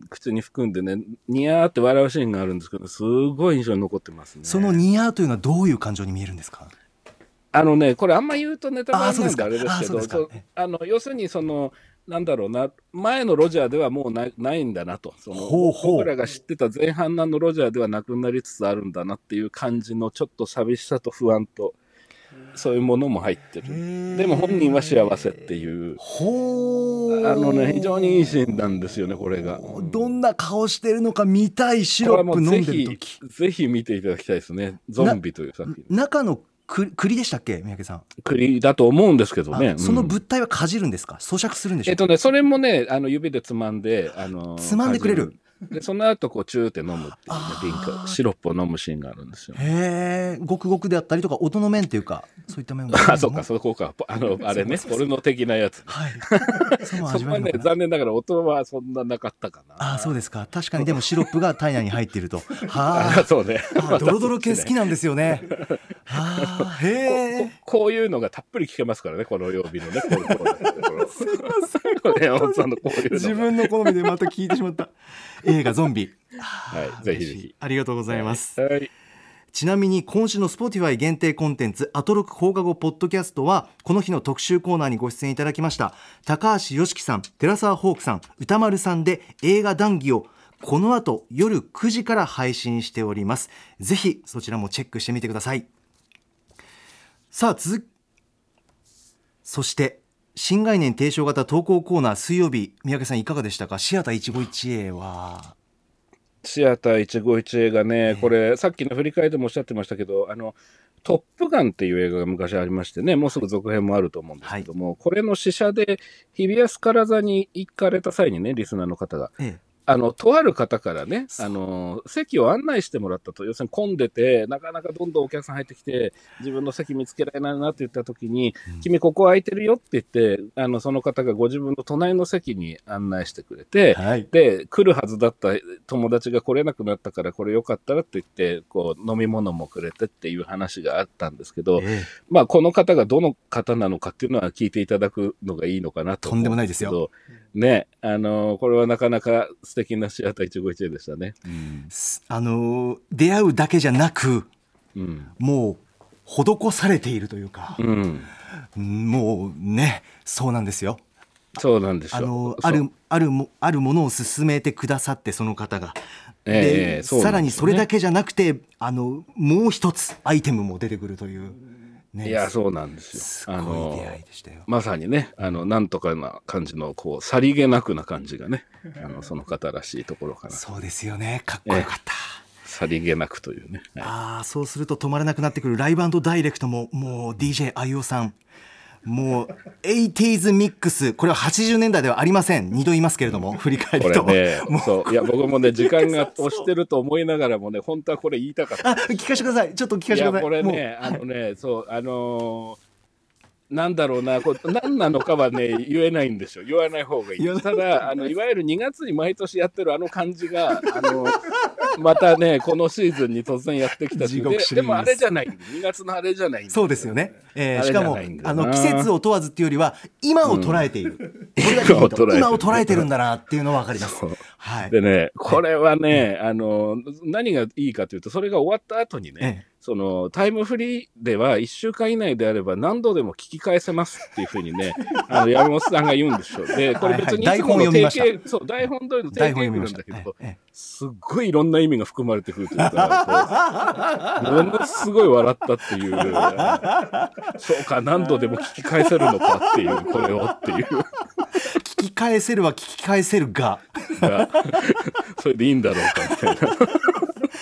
口に含んでね、ニヤーって笑うシーンがあるんですけど、すごい印象に残ってますね。 そのニヤーというのはどういう感情に見えるんですか？ あのね、これあんま言うとネタバレなんであれですけど、 あ、そうですか。 あの、要するにその、なんだろうな、前のロジャーではもう な, ないんだなと、そのほうほう、 僕らが知ってた前半のロジャーではなくなりつつあるんだなっていう感じのちょっと寂しさと不安と、そういうものも入ってる。でも本人は幸せっていう、 ほう、 あのね、非常にいいシーンなんですよね、これが。 どんな顔してるのか見たい。シロップ飲んでる時、 ぜひ見ていただきたいですね。ゾンビという作品。 中の栗でしたっけ、三宅さん？ 栗だと思うんですけどね。 その物体はかじるんですか？咀嚼するんでしょうか？ えっとね、それもね、あの指でつまんで、あのつまんでくれる。 でその後こうチューって飲むっていうね、瓶かシロップを飲むシーンがあるんですよ。 へえ、ごくごくであったりとか音の面っていうか、そういった面も。 あ、そうか、そこか、あのあれね、ポルノ的なやつ。 はい。 そこはね、残念ながら音はそんななかったかな。 あ、そうですか。確かにでもシロップが体内に入っていると。 はあ、そうね。 ドロドロ系好きなんですよね。はあ、へえ。 こういうのがたっぷり聞けますからね、この曜日のね。すみません。 自分の好みでまた聞いてしまった。映画ゾンビ。 はい、ぜひぜひ。 ありがとうございます。 はい。 ちなみに今週の Spotify 限定コンテンツアトロク放課後ポッドキャストはこの日の特集コーナーにご出演いただきました高橋良樹さん、寺澤ホークさん、歌丸さんで映画談義をこの後夜くじから配信しております。ぜひそちらもチェックしてみてください。さあ続そして新概念提唱型投稿コーナー、水曜日、三宅さんいかがでしたか？シアター一期一会はシアター一期一会がね、これさっきの振り返りでもおっしゃってましたけど、あのトップガンっていう映画が昔ありましてね、もうすぐ続編もあると思うんですけども、はい、これの試写で日比谷スカラ座に行かれた際にね、リスナーの方が、ええ、あのとある方からね、あの席を案内してもらったと。要するに混んでてなかなかどんどんお客さん入ってきて自分の席見つけられないなって言った時に、うん、君ここ空いてるよって言って、あのその方がご自分の隣の席に案内してくれて、はい、で来るはずだった友達が来れなくなったからこれよかったらって言ってこう飲み物もくれてっていう話があったんですけど、えー、まあこの方がどの方なのかっていうのは聞いていただくのがいいのかなと思うんですけど、とんでもないですよね。あのこれはなかなか素敵なシアター一期一会でしたね。うん、 あの出会うだけじゃなく、うん、もう施されているというか、うん、もうね、そうなんですよ。 そうなんですよ。 あのあるあるもあるものを勧めてくださって、その方が、 えー、そうなんですよね。 さらにそれだけじゃなくて、あのもう一つアイテムも出てくるという。ね、 いやそうなんですよ。 すごい出会いでしたよ。 まさにね、あのなんとかな感じのこうさりげなくな感じがね、あのその方らしいところかな。 そうですよね。かっこよかった。 さりげなくというね。 はい、ああ、そうすると止まらなくなってくるライブ&ダイレクトももう ディージェー 相尾さん。もう エイティーズ ミックス、これははちじゅうねんだいではありません。二度言いますけれども、振り返るとこれ、ね、そういや僕もね時間が押してると思いながらもね、本当はこれ言いたかった。 あ、聞かせてください。ちょっと聞かせてください。 いやこれね、あのね、はい、そうあのーなんだろうな、これ何なのかはね言えないんですよ。言わない方がいい。ただあのいわゆるにがつに毎年やってるあの感じがあのまたねこのシーズンに突然やってきたし、で, でもあれじゃない、にがつのあれじゃないんですよ。 そうですよね。えー、しかもあの季節を問わずっていうよりは今を捉えている、うん、これだけいいと今を捉えてるんだなっていうのは分かります。はい、 でねこれはね、はい、あの何がいいかというと、それが終わった後にね、ええ、そのタイムフリーではいっしゅうかん以内であれば何度でも聞き返せますっていうふうにねあの山本さんが言うんですよ。でこれ別にいつもの定型、そう台本通りの定型文なんだけど、すっごいいろんな意味が含まれてくるというか、ものすごい笑ったっていうそうか何度でも聞き返せるのかっていう、これをっていう聞き返せるは聞き返せるががそれでいいんだろうかみたいな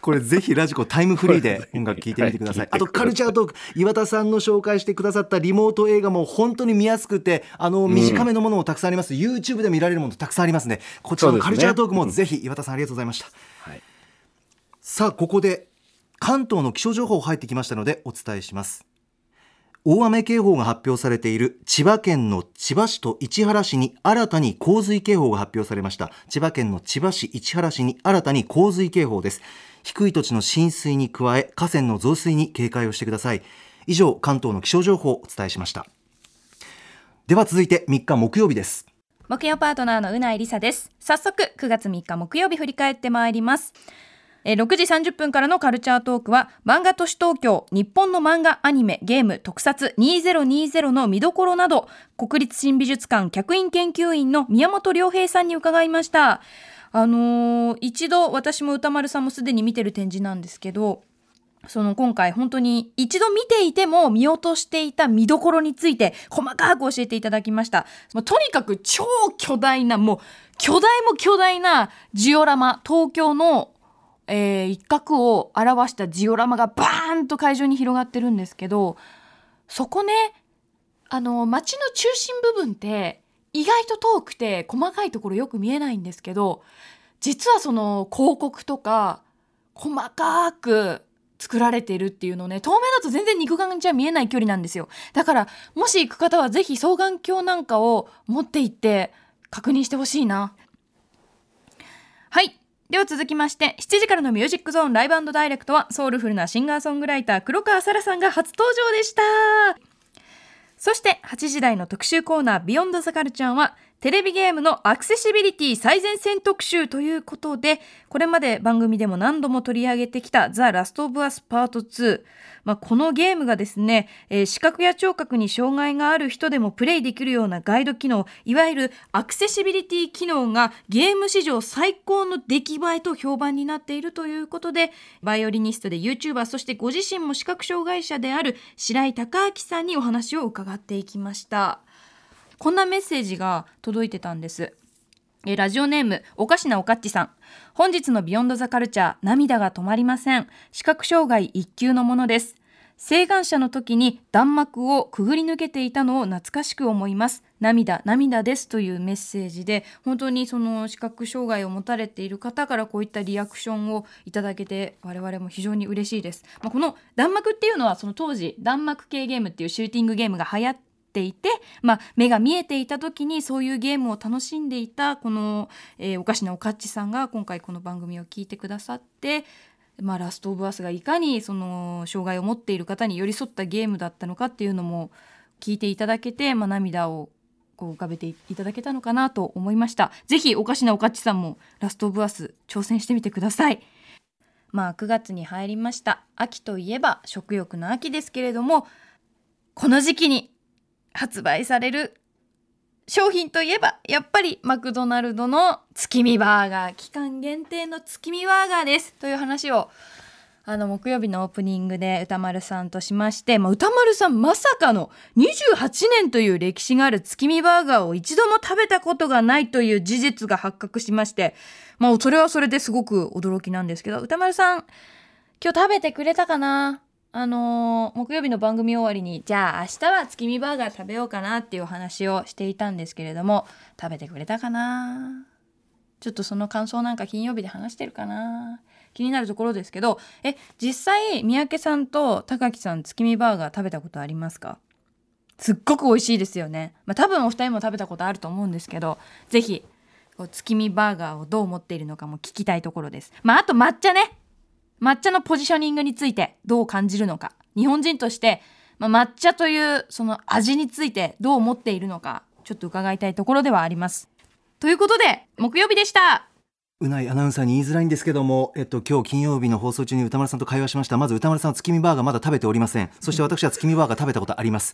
これぜひラジコタイムフリーで音楽聴いてみてください。あとカルチャートーク、岩田さんの紹介してくださったリモート映画も本当に見やすくて、あの短めのものもたくさんあります、うん、YouTube で見られるものたくさんありますね。こちらのカルチャートークもぜひ、岩田さんありがとうございました、はい、さあここで関東の気象情報入ってきましたのでお伝えします。大雨警報が発表されている千葉県の千葉市と市原市に新たに洪水警報が発表されました。千葉県の千葉市、市原市に新たに洪水警報です。低い土地の浸水に加え河川の増水に警戒をしてください。以上、関東の気象情報をお伝えしました。では続いてみっか木曜日です。 木曜パートナーのうないりさです。早速くがつみっか木曜日振り返ってまいります。ろくじさんじゅっぷんからのカルチャートークは、漫画都市東京日本の漫画アニメゲーム特撮にせんにじゅうの見どころなど、国立新美術館客員研究員の宮本良平さんに伺いました。あのー、一度私も歌丸さんもすでに見てる展示なんですけど、その今回本当に一度見ていても見落としていた見どころについて細かく教えていただきました。もうとにかく超巨大な、もう巨大も巨大なジオラマ、東京のえー、一角を表したジオラマがバーンと会場に広がってるんですけど、そこね、あの街の中心部分って意外と遠くて細かいところよく見えないんですけど、実はその広告とか細かく作られているっていうのね、透明だと全然肉眼じゃ見えない距離なんですよ。だからもし行く方はぜひ双眼鏡なんかを持って行って確認してほしいな。はい、では続きまして、しちじからのミュージックゾーンライブ&ダイレクトは、ソウルフルなシンガーソングライター黒川沙羅さんが初登場でした。そしてはちじ台の特集コーナービヨンドザカルチャーは、テレビゲームのアクセシビリティ最前線特集ということで、これまで番組でも何度も取り上げてきたザ・ラスト・オブ・アスパートツー、まあ、このゲームがですね、えー、視覚や聴覚に障害がある人でもプレイできるようなガイド機能、いわゆるアクセシビリティ機能がゲーム史上最高の出来栄えと評判になっているということで、バイオリニストで YouTuber、 そしてご自身も視覚障害者である白井孝明さんにお話を伺っていきました。こんなメッセージが届いてたんです。えラジオネームおかしなおかっちさん、本日のビヨンドザカルチャー、涙が止まりません。視覚障害一級のものです。晴眼者の時に弾幕をくぐり抜けていたのを懐かしく思います。涙涙ですというメッセージで、本当にその視覚障害を持たれている方からこういったリアクションをいただけて、我々も非常に嬉しいです。まあ、この弾幕っていうのは、その当時弾幕系ゲームっていうシューティングゲームが流行ってていて、まあ、目が見えていた時にそういうゲームを楽しんでいたこの、えー、おかしなおかっちさんが今回この番組を聞いてくださって、まあ、ラストオブアスがいかにその障害を持っている方に寄り添ったゲームだったのかっていうのも聞いていただけて、まあ、涙をこう浮かべていただけたのかなと思いました。ぜひおかしなおかっちさんもラストオブアス挑戦してみてください。まあ、くがつに入りました。秋といえば食欲の秋ですけれども、この時期に発売される商品といえばやっぱりマクドナルドの月見バーガー、期間限定の月見バーガーですという話をあの木曜日のオープニングで歌丸さんとしまして、まあ、歌丸さんまさかのにじゅうはちねんという歴史がある月見バーガーを一度も食べたことがないという事実が発覚しまして、まあ、それはそれですごく驚きなんですけど、歌丸さん今日食べてくれたかな。あのー、木曜日の番組終わりに、じゃあ明日は月見バーガー食べようかなっていうお話をしていたんですけれども、食べてくれたかな。ちょっとその感想なんか金曜日で話してるかな、気になるところですけど、え実際三宅さんと高木さん月見バーガー食べたことありますか？すっごく美味しいですよね。まあ、多分お二人も食べたことあると思うんですけど、ぜひこう月見バーガーをどう思っているのかも聞きたいところです。まああと抹茶ね、抹茶のポジショニングについてどう感じるのか、日本人として、まあ、抹茶というその味についてどう思っているのか、ちょっと伺いたいところではあります。ということで木曜日でした。 うないアナウンサーに言いづらいんですけども、えっと、今日金曜日の放送中に歌丸さんと会話しました。まず歌丸さんは月見バーガーまだ食べておりません。そして私は月見バーガー食べたことあります。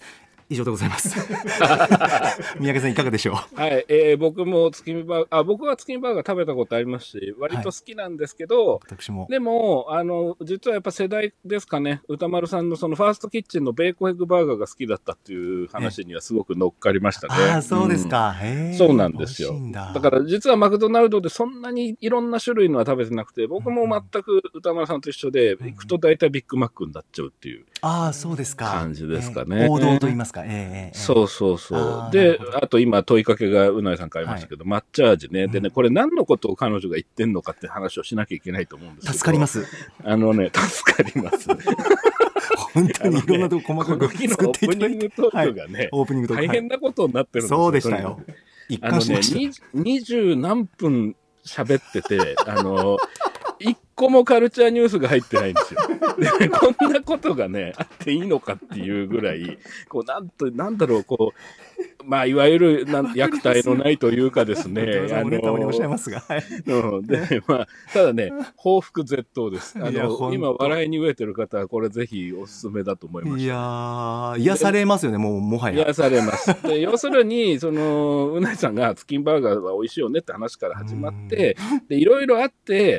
以上でございます三宅さんいかがでしょう。 はい、えー、僕も月見バーガーあ僕は月見バーガー食べたことありますし割と好きなんですけど、はい、 私もでもあの実はやっぱ世代ですかね。歌丸さんのそのファーストキッチンのベーコンエッグバーガーが好きだったっていう話にはすごく乗っかりましたね。 ああそうですか、うん、へそうなんですよ。だ。だから実はマクドナルドでそんなにいろんな種類のは食べてなくて僕も全く歌丸さんと一緒で、うん、行くと大体ビッグマックになっちゃうっていうああそうですか感じですかね、 えー、王道と言いますか、えー、 そうそうそうであと今問いかけがうないさんからありましたけど、はい、抹茶味ね、うん、でねこれ何のことを彼女が言ってんのかって話をしなきゃいけないと思うんですけど助かりますあのね助かります本当にいろんなとこ細かく作っていただいて、 この日のオープニングトークがね、はい、オープニングトーク大変なことになってるんですよ。 そうでしたよ。一貫しました。 あのね、二十何分喋ってて、あの一個もカルチャーニュースが入ってないんですよ。で、こんなことがねあっていいのかっていうぐらい、こうなんとなんだろうこう。まあ、いわゆるなん虐待のないというかですね、 あのたまにおっしゃいますが、はいうん、でまあ、ただね、報復絶倒です。あの今、笑いに飢えてる方は、これ、ぜひおすすめだと思います。 いやー、癒されますよね、もうもはや。 癒されます。で要するに、そのうないさんがチキンバーガーは美味しいよねって話から始まって、でいろいろあって、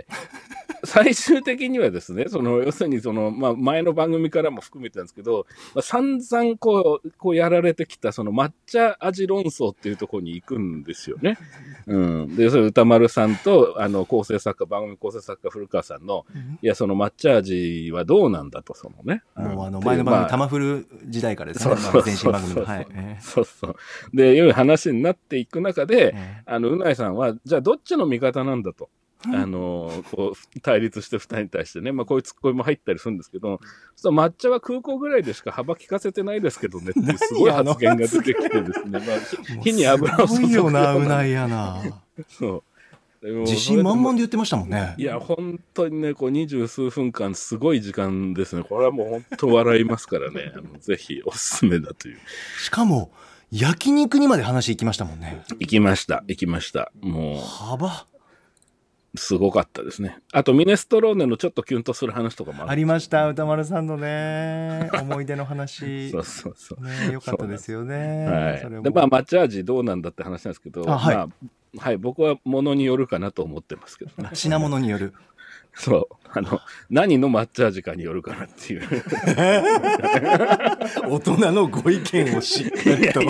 最終的にはですね、その要するにその、まあ、前の番組からも含めてなんですけど、まあ、散々こうこうやられてきたその抹茶味論争っていうところに行くんですよね。うん、でそれ歌丸さんとあの構成作家番組構成作家古川さんの、うん、いやその抹茶味はどうなんだとそのね、 もうあの前の番組、タマフル時代からですね、前身番組のそうそうでいう話になっていく中で、えー、あのうないさんはじゃあどっちの味方なんだと。あのこう対立してふたりに対してね、まあ、こういうツッコミも入ったりするんですけど、そ抹茶は空港ぐらいでしか幅利かせてないですけどねっていうすごい発言が出てきてですね、まあ、火に油を注ぐようなうないやなそう自信満々で言ってましたもんね。 いや本当にねこう二十数分間すごい時間ですね。これはもう本当笑いますからねあのぜひおすすめだという。 しかも焼肉にまで話行きましたもんね。 行きました行きましたもう幅すごかったですね。あとミネストローネのちょっとキュンとする話とかもあ, ありました。歌丸さんのね思い出の話そうそうそう、 ね、よかったですよね。 はい、それもでまあ抹茶味どうなんだって話なんですけど、あ、はいまあはい、僕はものによるかなと思ってますけど、ね、 品物によるそうあの何の抹茶味かによるかなっていう大人のご意見をしっかりと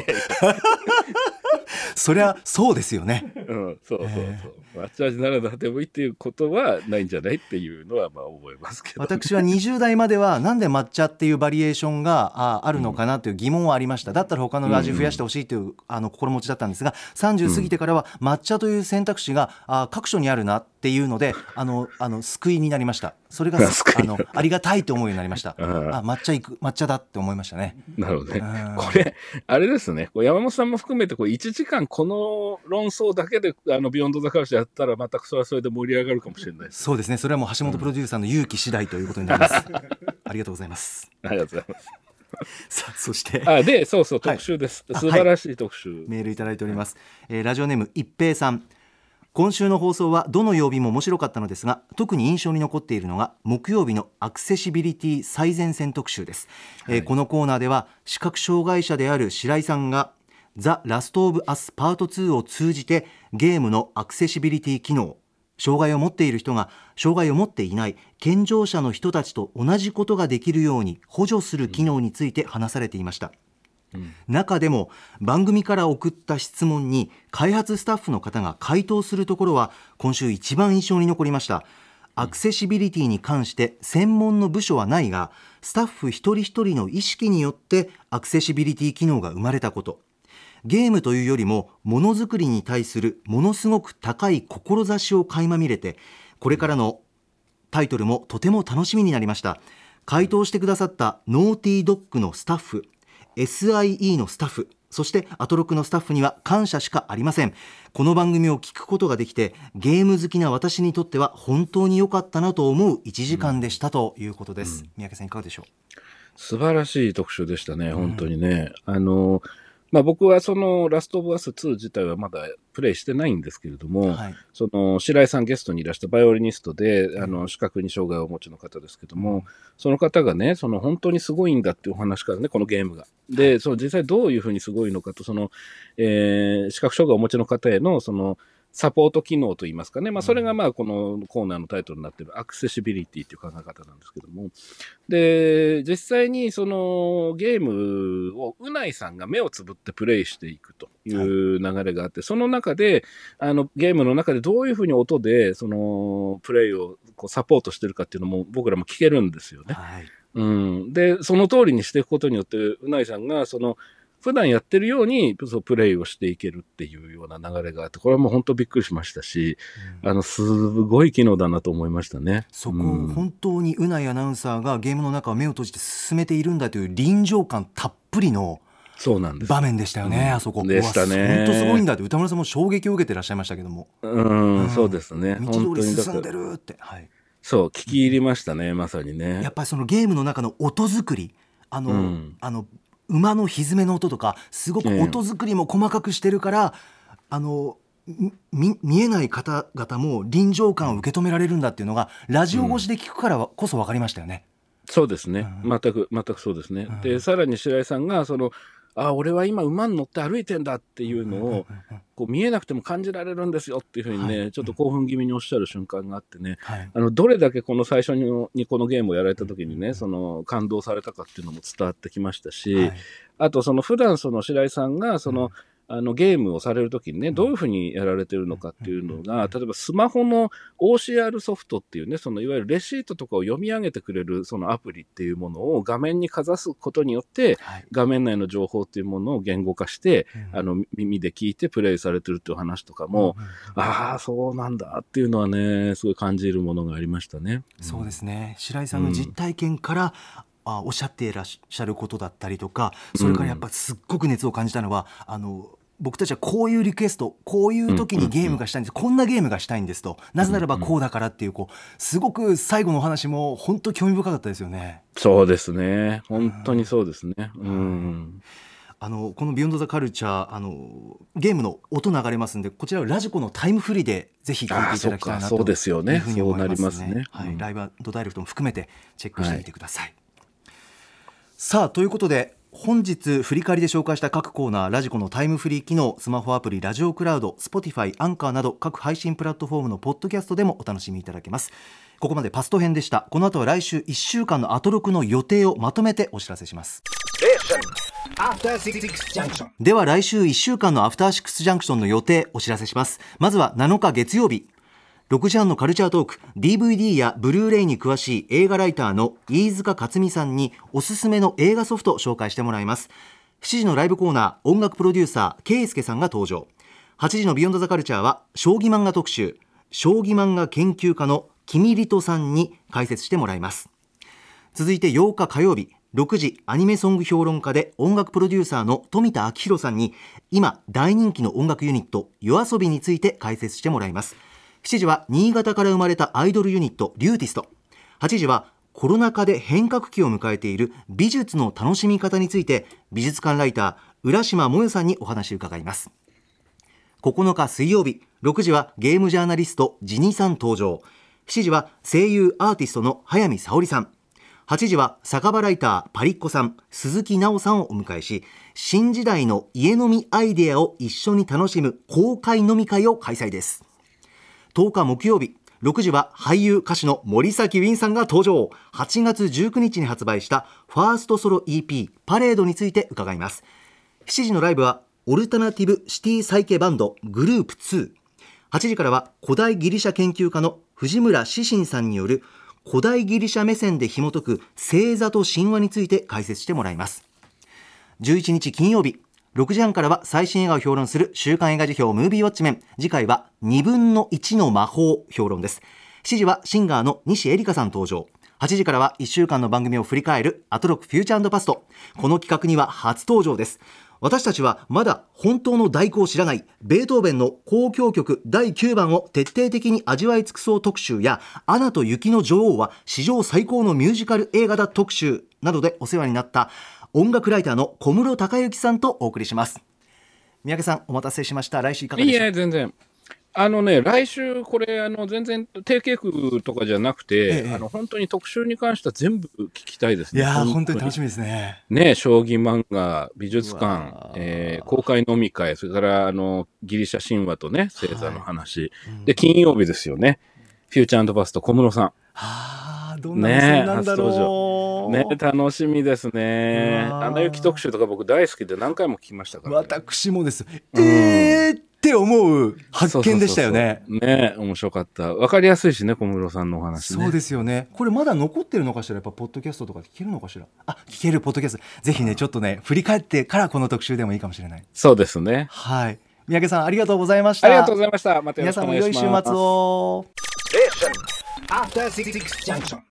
そりゃそうですよね。 うん、そうそうそう。抹茶味なら何でもいいっていうことはないんじゃないっていうのはまあ思いますけど、ね、 私はにじゅう代まではなんで抹茶っていうバリエーションが あ, あるのかなという疑問はありました。だったら他の味増やしてほしいという、うん、あの心持ちだったんですが、さんじゅう過ぎてからは抹茶という選択肢があ各所にあるなっていうのであのあの救いになりました。それがあのありがたいと思うようになりました。あ抹茶行く抹茶だって思いましたね。 なるほどね。これあれですね、こう山本さんも含めてこういちじかんこの論争だけであのビヨンドザカルチャーやったらまたそれはそれで盛り上がるかもしれないです。 そうですね。それはもう橋本プロデューサーの勇気次第ということになります、うん、ありがとうございます。 ありがとうございますさあそしてあでそうそう特集です、はい、素晴らしい特集、はい、 メールいただいております、えー、ラジオネーム一平さん。今週の放送はどの曜日も面白かったのですが、特に印象に残っているのが木曜日のアクセシビリティ最前線特集です、はいえー、このコーナーでは視覚障害者である白井さんがザ・ラスト・オブ・アスパートツーを通じてゲームのアクセシビリティ機能、障害を持っている人が障害を持っていない健常者の人たちと同じことができるように補助する機能について話されていました、うん、中でも番組から送った質問に開発スタッフの方が回答するところは今週一番印象に残りました。アクセシビリティに関して専門の部署はないが、スタッフ一人一人の意識によってアクセシビリティ機能が生まれたこと、ゲームというよりもものづくりに対するものすごく高い志を垣間見れて、これからのタイトルもとても楽しみになりました。回答してくださったノーティードッグのスタッフ、 エスアイイー のスタッフ、そしてアトロクのスタッフには感謝しかありません。この番組を聞くことができて、ゲーム好きな私にとっては本当に良かったなと思ういちじかんでしたということです、うん、三宅さんいかがでしょう。 素晴らしい特集でしたね、本当にね、うん、あのまあ、僕はそのラストオブアスツー自体はまだプレイしてないんですけれども、はい、その白井さんゲストにいらしたバイオリニストで、うん、あの視覚に障害をお持ちの方ですけども、うん、その方がね、その本当にすごいんだっていうお話からね、このゲームが。で、はい、その実際どういうふうにすごいのかと、その、えー、視覚障害をお持ちの方へのそのサポート機能といいますかね、まあ、それがまあこのコーナーのタイトルになっているアクセシビリティという考え方なんですけども、で実際にそのゲームをうないさんが目をつぶってプレイしていくという流れがあって、はい、その中であのゲームの中でどういうふうに音でそのプレイをこうサポートしてるかっていうのも僕らも聞けるんですよね。はい、うん、でその通りにしていくことによってうないさんがその普段やってるようにそうプレイをしていけるっていうような流れがあって、これはもう本当びっくりしましたし、うん、あのすごい機能だなと思いましたね。 そこを本当にうないアナウンサーがゲームの中を目を閉じて進めているんだという臨場感たっぷりの場面でしたよね。うん、あそこでしたね。 本当すごいんだって歌村さんも衝撃を受けてらっしゃいましたけども、 うん、うん、そうですね。 道通り進んでるって、はい、 そう聞き入りましたね、まさにね。 やっぱりそのゲームの中の音作り、あの、うん、あの馬の蹄の音とかすごく音作りも細かくしてるから、えー、あの 見, 見えない方々も臨場感を受け止められるんだっていうのがラジオ越しで聞くからこそ分かりましたよね。 うん、そうですね、うん、全く全くそうですね。うん、でさらに白井さんがそのあ俺は今馬に乗って歩いてんだっていうのをこう見えなくても感じられるんですよっていうふうにね、はい、ちょっと興奮気味におっしゃる瞬間があってね、はい、あのどれだけこの最初 に, にこのゲームをやられた時にね、その感動されたかっていうのも伝わってきましたし、はい、あとその普段その白井さんがその、うんあのゲームをされるときにね、どういうふうにやられてるのかっていうのが、例えばスマホの オーシーアール ソフトっていうね、そのいわゆるレシートとかを読み上げてくれるそのアプリっていうものを画面にかざすことによって、はい、画面内の情報っていうものを言語化して、うん、あの耳で聞いてプレイされてるっていう話とかも、うん、ああそうなんだっていうのはね、すごい感じるものがありましたね。 そうですね。白井さんの実体験から、うんあおっしゃっていらっしゃることだったりとか、それからやっぱすっごく熱を感じたのは、うん、あの僕たちはこういうリクエスト、こういう時にゲームがしたいんです、うんうんうん、こんなゲームがしたいんですと、なぜならばこうだからっていう、こうすごく最後のお話も本当興味深かったですよね。 そうですね、本当にそうですね、うんうん、 あのこのビヨンドザカルチャー、あのゲームの音流れますんで、こちらはラジコのタイムフリーでぜひ聞いていただきたいなというふうに思いますね。 そうですよね、そうなりますね、 はい、ライブドダイレクトも含めてチェックしてみてください。はい、さあということで本日振り返りで紹介した各コーナー、ラジコのタイムフリー機能、スマホアプリラジオクラウド、 Spotify、アンカーなど各配信プラットフォームのポッドキャストでもお楽しみいただけます。ここまでパスト編でした。この後は来週いっしゅうかんのアトロクの予定をまとめてお知らせします。では来週いっしゅうかんのアフターシックスジャンクションの予定お知らせします。まずはなのか月曜日ろくじはんのカルチャートーク、 ディーブイディー やブルーレイに詳しい映画ライターの飯塚克美さんにおすすめの映画ソフトを紹介してもらいます。しちじのライブコーナー、音楽プロデューサーケイスケさんが登場。はちじのビヨンドザカルチャーは将棋漫画特集、将棋漫画研究家のキミリトさんに解説してもらいます。続いてようか火曜日ろくじ、アニメソング評論家で音楽プロデューサーの富田明宏さんに今大人気の音楽ユニットYOASOBIについて解説してもらいます。しちじは新潟から生まれたアイドルユニットリューティスト。はちじはコロナ禍で変革期を迎えている美術の楽しみ方について美術館ライター浦島もよさんにお話を伺います。ここのか水曜日ろくじはゲームジャーナリストジニさん登場。しちじは声優アーティストの早見沙織さん。はちじは酒場ライターパリッコさん、鈴木奈緒さんをお迎えし、新時代の家飲みアイデアを一緒に楽しむ公開飲み会を開催です。とおか木曜日ろくじは俳優歌手の森崎ウィンさんが登場。はちがつじゅうくにちに発売したファーストソロ イーピー パレードについて伺います。しちじのライブはオルタナティブシティサイケバンドグループツー。はちじからは古代ギリシャ研究家の藤村志信さんによる古代ギリシャ目線で紐解く星座と神話について解説してもらいます。じゅういちにち金曜日ろくじはんからは最新映画を評論する週刊映画辞表ムービーウォッチメン。次回はにぶんのいちの魔法評論です。しちじはシンガーの西エリカさん登場。はちじからはいっしゅうかんの番組を振り返るアトロックフューチャー&パスト。この企画には初登場です。私たちはまだ本当の第九を知らないベートーベンの交響曲だいきゅうばんを徹底的に味わい尽くそう特集や、アナと雪の女王は史上最高のミュージカル映画だ特集などでお世話になった音楽ライターの小室孝之さんとお送りします。三宅さん、お待たせしました。来週いかがでしょうか。 いや全然あのね、来週これあの全然定型句とかじゃなくて、ええ、あの本当に特集に関しては全部聞きたいですね。 いや本当に楽しみですね。 ね、将棋漫画、美術館、えー、公開飲み会、それからあのギリシャ神話とね星座の話、はい、で金曜日ですよね。フューチャー&パスト小室さん。 はあ、どんな目線なんだろう。 ね、ね、楽しみですね。アナ雪特集とか僕大好きで何回も聞きましたから、ね。 私もです。うん、えーって思う発見でしたよね。 そうそうそうそうね、面白かった。わかりやすいしね、小室さんのお話ね。 そうですよね。これまだ残ってるのかしら。やっぱポッドキャストとかで聞けるのかしら。あ、聞けるポッドキャスト。ぜひね、ちょっとね、振り返ってからこの特集でもいいかもしれない。 そうですね。 はい。三宅さんありがとうございました。 ありがとうございました。またよろ皆さんもしくお願いします。 良い週末を。